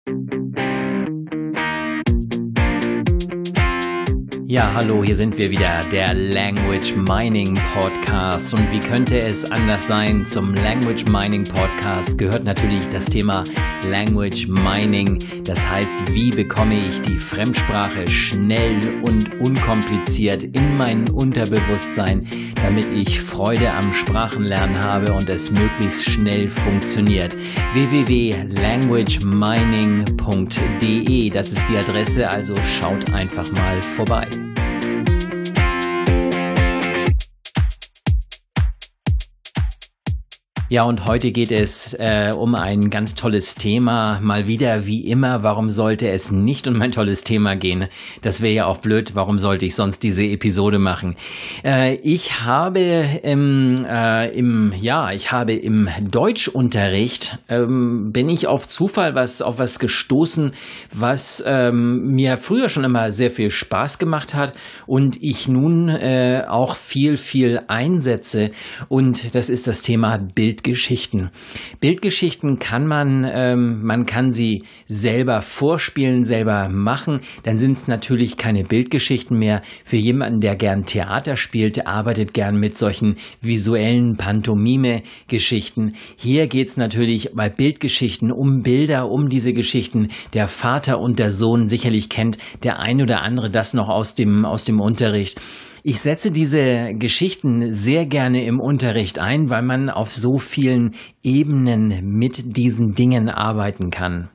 Ja, hallo, hier sind wir wieder, der Language Mining Podcast. Und wie könnte es anders sein? Zum Language Mining Podcast gehört natürlich das Thema Language Mining. Das heißt, wie bekomme ich die Fremdsprache schnell und unkompliziert in mein Unterbewusstsein, damit ich Freude am Sprachenlernen habe und es möglichst schnell funktioniert. www.languagemining.de, das ist die Adresse, also schaut einfach mal vorbei. Ja, und heute geht es um ein ganz tolles Thema. Mal wieder, wie immer, warum sollte es nicht um ein tolles Thema gehen? Das wäre ja auch blöd. Warum sollte ich sonst diese Episode machen? Ich habe im Deutschunterricht bin ich auf Zufall auf was gestoßen, was mir früher schon immer sehr viel Spaß gemacht hat und ich nun auch viel einsetze. Und das ist das Thema Bildgeschichten. Bildgeschichten kann man kann sie selber vorspielen, selber machen. Dann sind es natürlich keine Bildgeschichten mehr. Für jemanden, der gern Theater spielt, arbeitet gern mit solchen visuellen Pantomime-Geschichten. Hier geht es natürlich bei Bildgeschichten um Bilder, um diese Geschichten. Der Vater und der Sohn, sicherlich kennt der ein oder andere das noch aus dem Unterricht. Ich setze diese Geschichten sehr gerne im Unterricht ein, weil man auf so vielen Ebenen mit diesen Dingen arbeiten kann.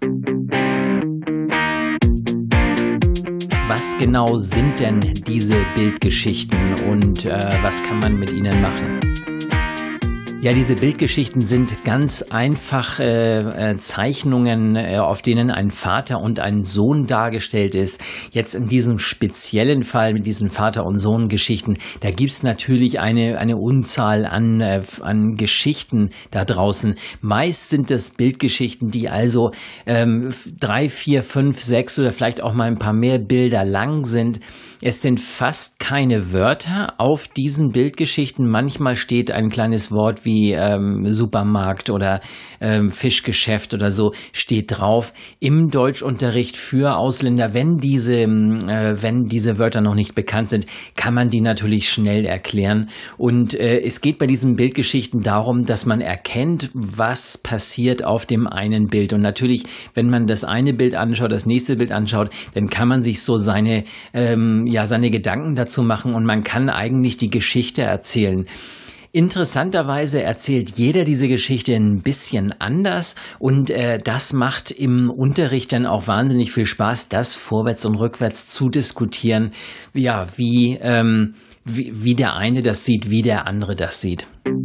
Was genau sind denn diese Bildgeschichten und was kann man mit ihnen machen? Ja, diese Bildgeschichten sind ganz einfach Zeichnungen, auf denen ein Vater und ein Sohn dargestellt ist. Jetzt in diesem speziellen Fall mit diesen Vater- und Sohn-Geschichten, da gibt's natürlich eine Unzahl an Geschichten da draußen. Meist sind es Bildgeschichten, die also 3, 4, 5, 6 oder vielleicht auch mal ein paar mehr Bilder lang sind. Es sind fast keine Wörter auf diesen Bildgeschichten. Manchmal steht ein kleines Wort wie Supermarkt oder Fischgeschäft oder so steht drauf. Im Deutschunterricht für Ausländer, wenn diese Wörter noch nicht bekannt sind, kann man die natürlich schnell erklären. Und es geht bei diesen Bildgeschichten darum, dass man erkennt, was passiert auf dem einen Bild. Und natürlich, wenn man das eine Bild anschaut, das nächste Bild anschaut, dann kann man sich so seine Gedanken dazu machen und man kann eigentlich die Geschichte erzählen. Interessanterweise erzählt jeder diese Geschichte ein bisschen anders und das macht im Unterricht dann auch wahnsinnig viel Spaß, das vorwärts und rückwärts zu diskutieren, ja, wie der eine das sieht, wie der andere das sieht.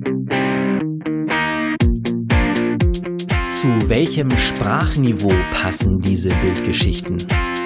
Zu welchem Sprachniveau passen diese Bildgeschichten?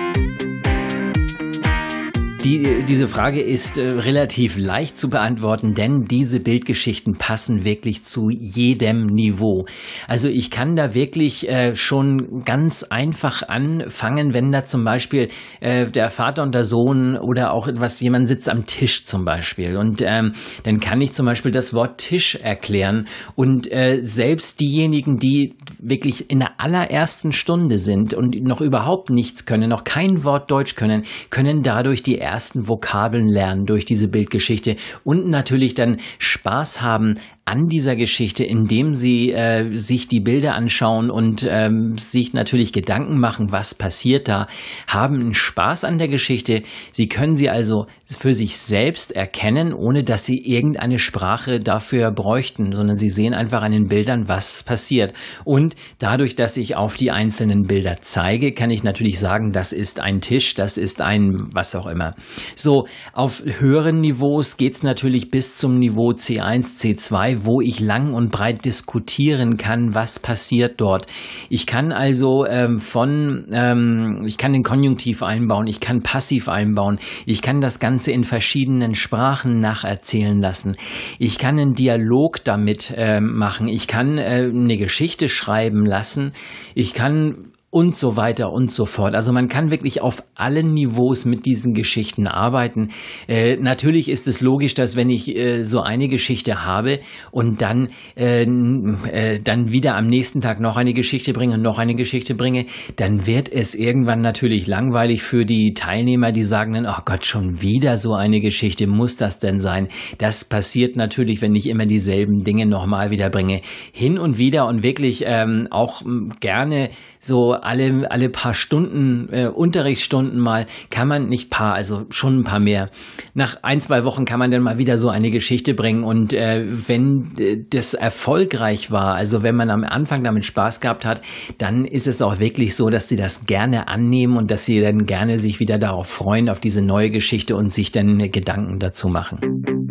Diese Frage ist relativ leicht zu beantworten, denn diese Bildgeschichten passen wirklich zu jedem Niveau. Also ich kann da wirklich schon ganz einfach anfangen, wenn da zum Beispiel der Vater und der Sohn oder auch jemand sitzt am Tisch zum Beispiel und dann kann ich zum Beispiel das Wort Tisch erklären und selbst diejenigen, die wirklich in der allerersten Stunde sind und noch überhaupt nichts können, noch kein Wort Deutsch können dadurch die ersten Vokabeln lernen durch diese Bildgeschichte und natürlich dann Spaß haben an dieser Geschichte, indem sie sich die Bilder anschauen und sich natürlich Gedanken machen, was passiert da, haben einen Spaß an der Geschichte. Sie können sie also für sich selbst erkennen, ohne dass sie irgendeine Sprache dafür bräuchten, sondern sie sehen einfach an den Bildern, was passiert. Und dadurch, dass ich auf die einzelnen Bilder zeige, kann ich natürlich sagen, das ist ein Tisch, das ist ein was auch immer. So, auf höheren Niveaus geht's natürlich bis zum Niveau C1, C2, wo ich lang und breit diskutieren kann, was passiert dort. Ich kann also ich kann den Konjunktiv einbauen, ich kann passiv einbauen, ich kann das Ganze in verschiedenen Sprachen nacherzählen lassen. Ich kann einen Dialog damit machen, ich kann eine Geschichte schreiben lassen, ich kann und so weiter und so fort. Also man kann wirklich auf allen Niveaus mit diesen Geschichten arbeiten. Natürlich ist es logisch, dass wenn ich so eine Geschichte habe und dann wieder am nächsten Tag noch eine Geschichte bringe und noch eine Geschichte bringe, dann wird es irgendwann natürlich langweilig für die Teilnehmer, die sagen dann, oh Gott, schon wieder so eine Geschichte, muss das denn sein? Das passiert natürlich, wenn ich immer dieselben Dinge nochmal wieder bringe. Hin und wieder und wirklich auch gerne so alle paar Stunden, Unterrichtsstunden mal, kann man nicht also schon ein paar mehr. Nach 1-2 Wochen kann man dann mal wieder so eine Geschichte bringen und wenn das erfolgreich war, also wenn man am Anfang damit Spaß gehabt hat, dann ist es auch wirklich so, dass sie das gerne annehmen und dass sie dann gerne sich wieder darauf freuen, auf diese neue Geschichte und sich dann Gedanken dazu machen.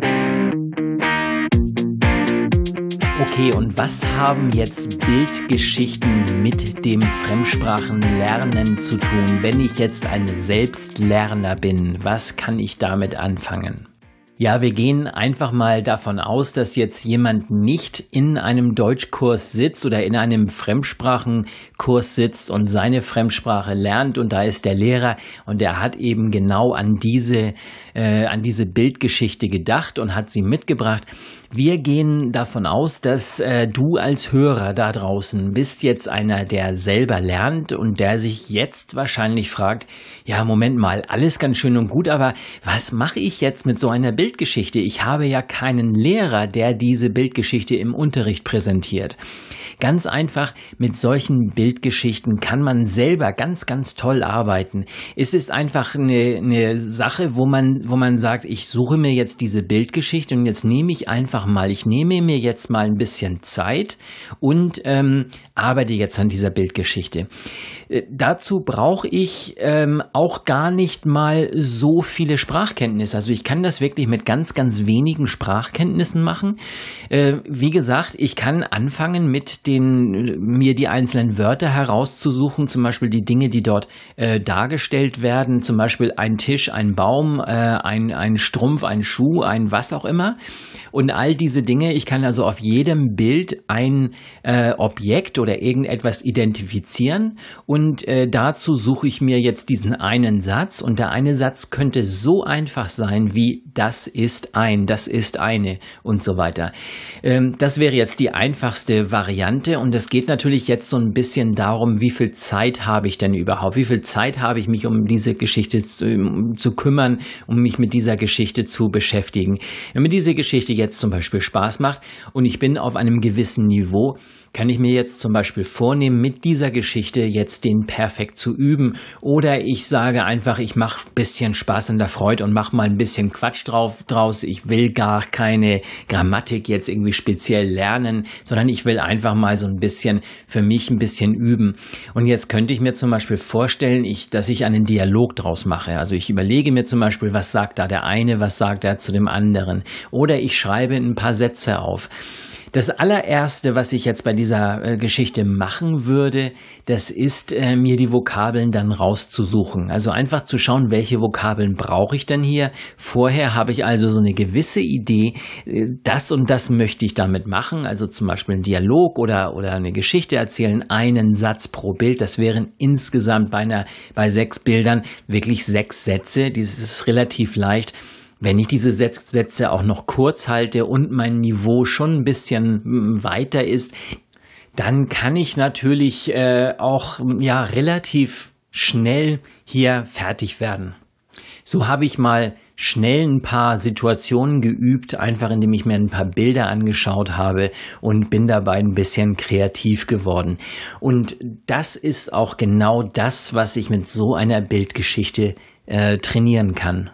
Okay, und was haben jetzt Bildgeschichten mit dem Fremdsprachenlernen zu tun? Wenn ich jetzt ein Selbstlerner bin, was kann ich damit anfangen? Ja, wir gehen einfach mal davon aus, dass jetzt jemand nicht in einem Deutschkurs sitzt oder in einem Fremdsprachenkurs sitzt und seine Fremdsprache lernt und da ist der Lehrer und der hat eben genau an diese Bildgeschichte gedacht und hat sie mitgebracht. Wir gehen davon aus, dass du als Hörer da draußen bist jetzt einer, der selber lernt und der sich jetzt wahrscheinlich fragt, ja, Moment mal, alles ganz schön und gut, aber was mache ich jetzt mit so einer Bildgeschichte? Ich habe ja keinen Lehrer, der diese Bildgeschichte im Unterricht präsentiert. Ganz einfach, mit solchen Bildgeschichten kann man selber ganz, ganz toll arbeiten. Es ist einfach eine Sache, wo man sagt, ich suche mir jetzt diese Bildgeschichte und jetzt nehme ich mir jetzt mal ein bisschen Zeit und arbeite jetzt an dieser Bildgeschichte. Dazu brauche ich auch gar nicht mal so viele Sprachkenntnisse. Also ich kann das wirklich mit ganz, ganz wenigen Sprachkenntnissen machen. Wie gesagt, ich kann anfangen mir die einzelnen Wörter herauszusuchen, zum Beispiel die Dinge, die dort dargestellt werden, zum Beispiel ein Tisch, ein Baum, ein Strumpf, ein Schuh, ein was auch immer. Und all diese Dinge, ich kann also auf jedem Bild ein Objekt oder irgendetwas identifizieren und dazu suche ich mir jetzt diesen einen Satz und der eine Satz könnte so einfach sein wie das ist eine und so weiter. Das wäre jetzt die einfachste Variante und es geht natürlich jetzt so ein bisschen darum, wie viel Zeit habe ich denn überhaupt? Wie viel Zeit habe ich mich um diese Geschichte zu kümmern, um mich mit dieser Geschichte zu beschäftigen? Wenn mir diese Geschichte jetzt zum Beispiel Spaß macht und ich bin auf einem gewissen Niveau, kann ich mir jetzt zum Beispiel vornehmen, mit dieser Geschichte jetzt den perfekt zu üben oder ich sage einfach, ich mache ein bisschen Spaß an der Freude und mache mal ein bisschen Quatsch draus. Ich will gar keine Grammatik jetzt irgendwie speziell lernen, sondern ich will einfach mal so ein bisschen für mich ein bisschen üben. Und jetzt könnte ich mir zum Beispiel vorstellen, dass ich einen Dialog draus mache. Also ich überlege mir zum Beispiel, was sagt da der eine, was sagt er zu dem anderen. Oder ich schreibe ein paar Sätze auf. Das allererste, was ich jetzt bei dieser Geschichte machen würde, das ist, mir die Vokabeln dann rauszusuchen. Also einfach zu schauen, welche Vokabeln brauche ich denn hier. Vorher habe ich also so eine gewisse Idee, das und das möchte ich damit machen. Also zum Beispiel einen Dialog oder eine Geschichte erzählen, einen Satz pro Bild. Das wären insgesamt bei 6 Bildern wirklich 6 Sätze. Das ist relativ leicht. Wenn ich diese Sätze auch noch kurz halte und mein Niveau schon ein bisschen weiter ist, dann kann ich natürlich auch relativ schnell hier fertig werden. So habe ich mal schnell ein paar Situationen geübt, einfach indem ich mir ein paar Bilder angeschaut habe und bin dabei ein bisschen kreativ geworden. Und das ist auch genau das, was ich mit so einer Bildgeschichte trainieren kann.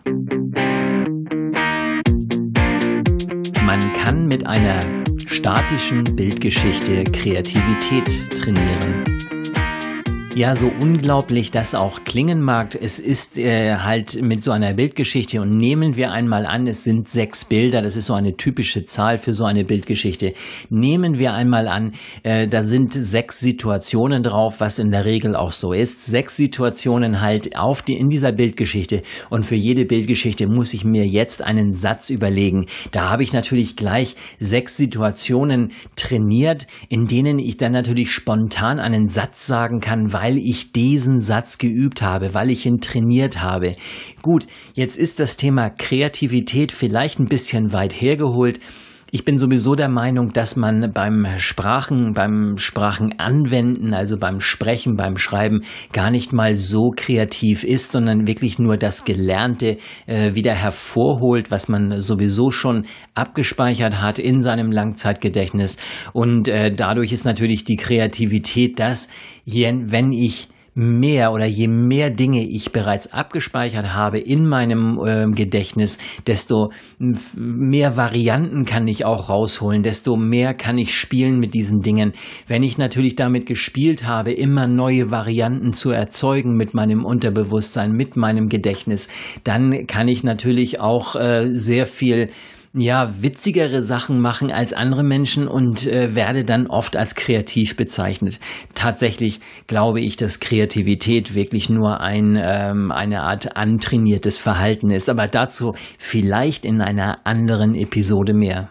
Man kann mit einer statischen Bildgeschichte Kreativität trainieren. Ja, so unglaublich das auch klingen mag, es ist halt mit so einer Bildgeschichte und nehmen wir einmal an, es sind 6 Bilder, das ist so eine typische Zahl für so eine Bildgeschichte. Nehmen wir einmal an, da sind 6 Situationen drauf, was in der Regel auch so ist. 6 Situationen halt in dieser Bildgeschichte und für jede Bildgeschichte muss ich mir jetzt einen Satz überlegen. Da habe ich natürlich gleich 6 Situationen trainiert, in denen ich dann natürlich spontan einen Satz sagen kann, weil weil ich diesen Satz geübt habe, weil ich ihn trainiert habe. Gut, jetzt ist das Thema Kreativität vielleicht ein bisschen weit hergeholt. Ich bin sowieso der Meinung, dass man beim Sprachenanwenden, also beim Sprechen, beim Schreiben, gar nicht mal so kreativ ist, sondern wirklich nur das Gelernte wieder hervorholt, was man sowieso schon abgespeichert hat in seinem Langzeitgedächtnis. Und dadurch ist natürlich die Kreativität das, wenn ich je mehr Dinge ich bereits abgespeichert habe in meinem Gedächtnis, desto mehr Varianten kann ich auch rausholen, desto mehr kann ich spielen mit diesen Dingen. Wenn ich natürlich damit gespielt habe, immer neue Varianten zu erzeugen mit meinem Unterbewusstsein, mit meinem Gedächtnis, dann kann ich natürlich auch sehr viel witzigere Sachen machen als andere Menschen und werde dann oft als kreativ bezeichnet. Tatsächlich glaube ich, dass Kreativität wirklich nur eine Art antrainiertes Verhalten ist, aber dazu vielleicht in einer anderen Episode mehr.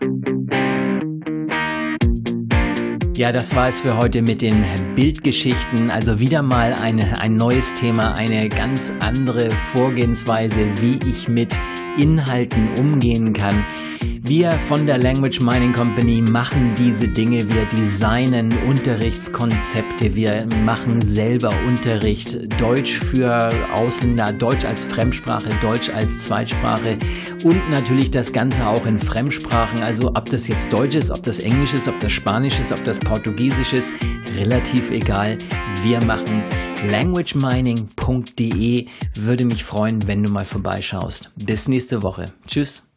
Ja, das war es für heute mit den Bildgeschichten. Also wieder mal ein neues Thema, eine ganz andere Vorgehensweise, wie ich mit Inhalten umgehen kann. Wir von der Language Mining Company machen diese Dinge. Wir designen Unterrichtskonzepte. Wir machen selber Unterricht. Deutsch für Ausländer, Deutsch als Fremdsprache, Deutsch als Zweitsprache und natürlich das Ganze auch in Fremdsprachen. Also ob das jetzt Deutsch ist, ob das Englisch ist, ob das Spanisch ist, ob das Portugiesisch ist, relativ egal. Wir machen's. languagemining.de würde mich freuen, wenn du mal vorbeischaust. Bis nächste Woche. Tschüss.